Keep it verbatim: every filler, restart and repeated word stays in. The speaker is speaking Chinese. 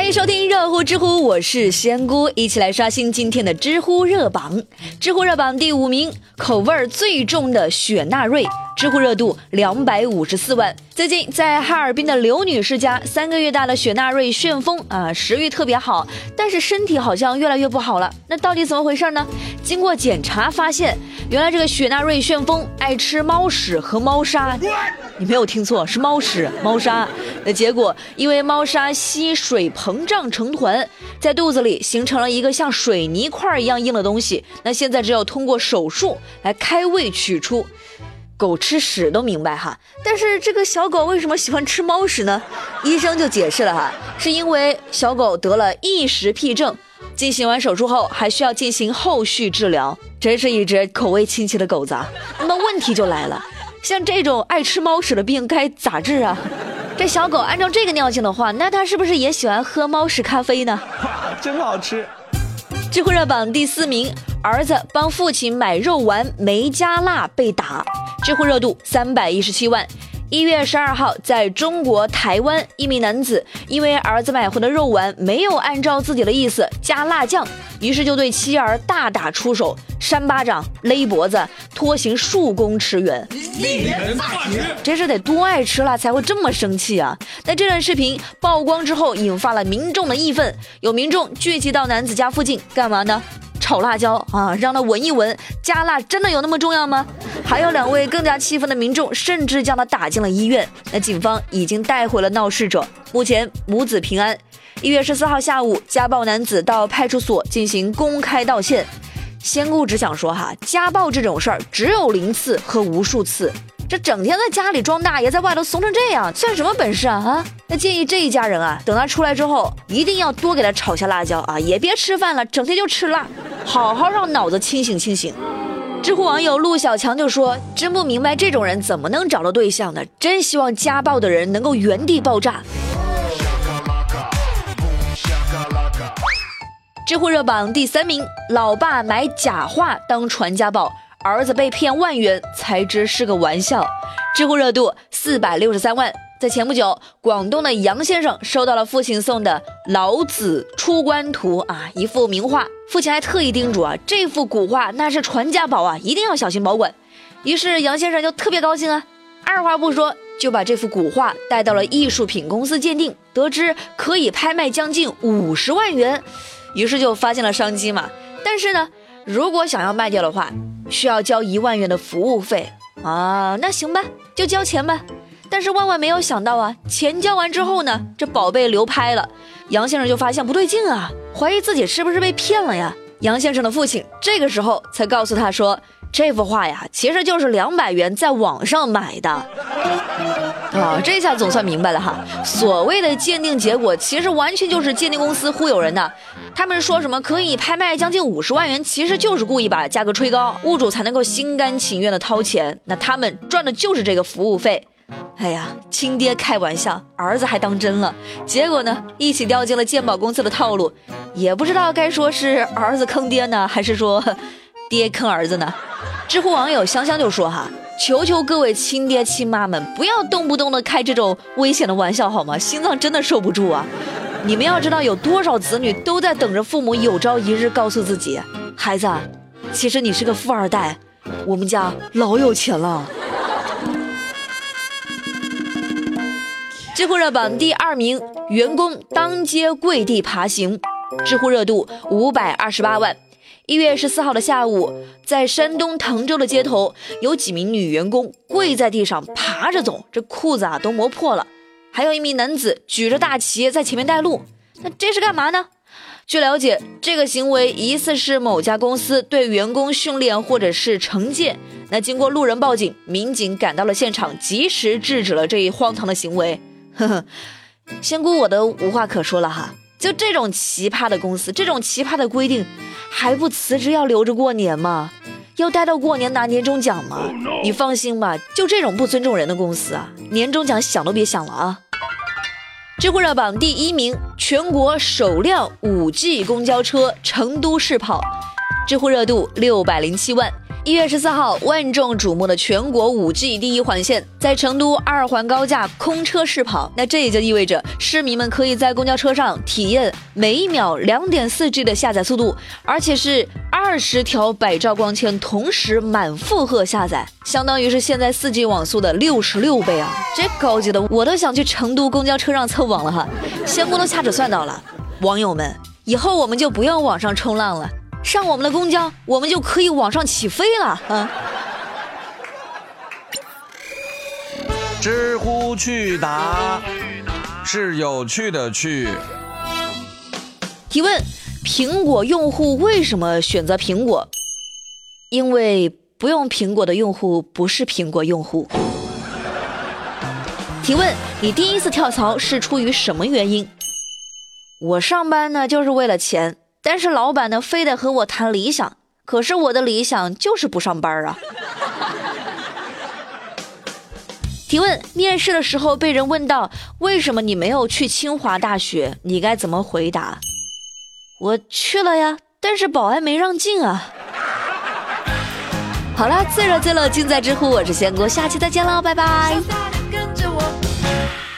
欢迎收听热乎知乎，我是仙姑，一起来刷新今天的知乎热榜。知乎热榜第五名，口味最重的雪纳瑞，知乎热度两百五十四万。最近在哈尔滨的刘女士家，三个月大的雪纳瑞旋风啊，食欲特别好，但是身体好像越来越不好了。那到底怎么回事呢？经过检查发现，原来这个雪纳瑞旋风爱吃猫屎和猫砂。你没有听错，是猫屎猫砂。那结果因为猫砂吸水膨胀成团，在肚子里形成了一个像水泥块一样硬的东西，那现在只有通过手术来开胃取出。狗吃屎都明白哈，但是这个小狗为什么喜欢吃猫屎呢？医生就解释了哈，是因为小狗得了异食癖症，进行完手术后还需要进行后续治疗。真是一只口味清奇的狗子啊。那么问题就来了，像这种爱吃猫屎的病该咋治啊？这小狗按照这个尿性的话，那它是不是也喜欢喝猫屎咖啡呢？ 哇，真好吃。 知乎热榜第四名，儿子帮父亲买肉丸没加辣被打，知乎热度三百一十七万。一月十二号，在中国台湾，一名男子因为儿子买回的肉丸没有按照自己的意思加辣酱，于是就对妻儿大打出手，扇巴掌、勒脖子，拖行数公尺远。这是得多爱吃辣才会这么生气啊！那这段视频曝光之后，引发了民众的义愤，有民众聚集到男子家附近，干嘛呢？炒辣椒啊，让他闻一闻，加辣真的有那么重要吗？还有两位更加气愤的民众，甚至将他打进了医院。那警方已经带回了闹事者，目前母子平安。一月十四号下午，家暴男子到派出所进行公开道歉。仙姑只想说哈，家暴这种事儿只有零次和无数次。这整天在家里装大爷，在外头怂成这样，算什么本事啊啊！那建议这一家人啊，等他出来之后，一定要多给他炒下辣椒啊，也别吃饭了，整天就吃辣，好好让脑子清醒清醒。知乎网友陆小强就说，真不明白这种人怎么能找到对象呢？真希望家暴的人能够原地爆炸。知乎热榜第三名，老爸买假画当传家宝，儿子被骗万元才知是个玩笑，知乎热度四百六十三万。在前不久，广东的杨先生收到了父亲送的老子出关图啊，一幅名画，父亲还特意叮嘱啊，这幅古画那是传家宝啊，一定要小心保管。于是杨先生就特别高兴啊，二话不说就把这幅古画带到了艺术品公司鉴定，得知可以拍卖将近五十万元，于是就发现了商机嘛。但是呢，如果想要卖掉的话，需要交一万元的服务费啊，那行吧，就交钱吧。但是万万没有想到啊，钱交完之后呢，这宝贝流拍了，杨先生就发现不对劲啊，怀疑自己是不是被骗了呀。杨先生的父亲这个时候才告诉他说，这幅画呀，其实就是两百元在网上买的。啊，这下总算明白了哈，所谓的鉴定结果其实完全就是鉴定公司忽悠人的。他们说什么可以拍卖将近五十万元，其实就是故意把价格吹高，物主才能够心甘情愿的掏钱，那他们赚的就是这个服务费。哎呀，亲爹开玩笑，儿子还当真了，结果呢，一起掉进了鉴宝公司的套路，也不知道该说是儿子坑爹呢，还是说爹坑儿子呢？知乎网友香香就说哈，求求各位亲爹亲妈们，不要动不动的开这种危险的玩笑好吗？心脏真的受不住啊！你们要知道，有多少子女都在等着父母有朝一日告诉自己，孩子，其实你是个富二代，我们家老有钱了。知乎热榜第二名，员工当街跪地爬行，知乎热度五百二十八万。一月十四号的下午，在山东滕州的街头，有几名女员工跪在地上爬着走，这裤子啊都磨破了。还有一名男子举着大旗在前面带路，那这是干嘛呢？据了解，这个行为疑似是某家公司对员工训练或者是惩戒。那经过路人报警，民警赶到了现场，及时制止了这一荒唐的行为。呵呵，仙姑我都无话可说了哈，就这种奇葩的公司，这种奇葩的规定，还不辞职要留着过年吗？要待到过年拿年终奖吗？ oh, no. 你放心吧，就这种不尊重人的公司啊，年终奖想都别想了啊。知乎热榜第一名，全国首辆 五 G 公交车成都试跑。 知乎热度六百零七万。一月十四号，万众瞩目的全国 五 G 第一环线在成都二环高架空车试跑，那这也就意味着市民们可以在公交车上体验每一秒 两点四 G 的下载速度，而且是二十条百兆光纤同时满负荷下载，相当于是现在 四 G 网速的六十六倍啊！这高级的我都想去成都公交车上蹭网了哈，仙姑都掐指算到了。网友们，以后我们就不用网上冲浪了，上我们的公交，我们就可以往上起飞了啊！ 知乎趣答是有趣的趣。 提问：苹果用户为什么选择苹果？因为不用苹果的用户不是苹果用户。提问：你第一次跳槽是出于什么原因？我上班呢就是为了钱。但是老板呢，非得和我谈理想，可是我的理想就是不上班啊。提问：面试的时候被人问到为什么你没有去清华大学，你该怎么回答？我去了呀，但是保安没让进啊。好了，最热最乐尽在知乎，我是仙姑，下期再见了，拜拜。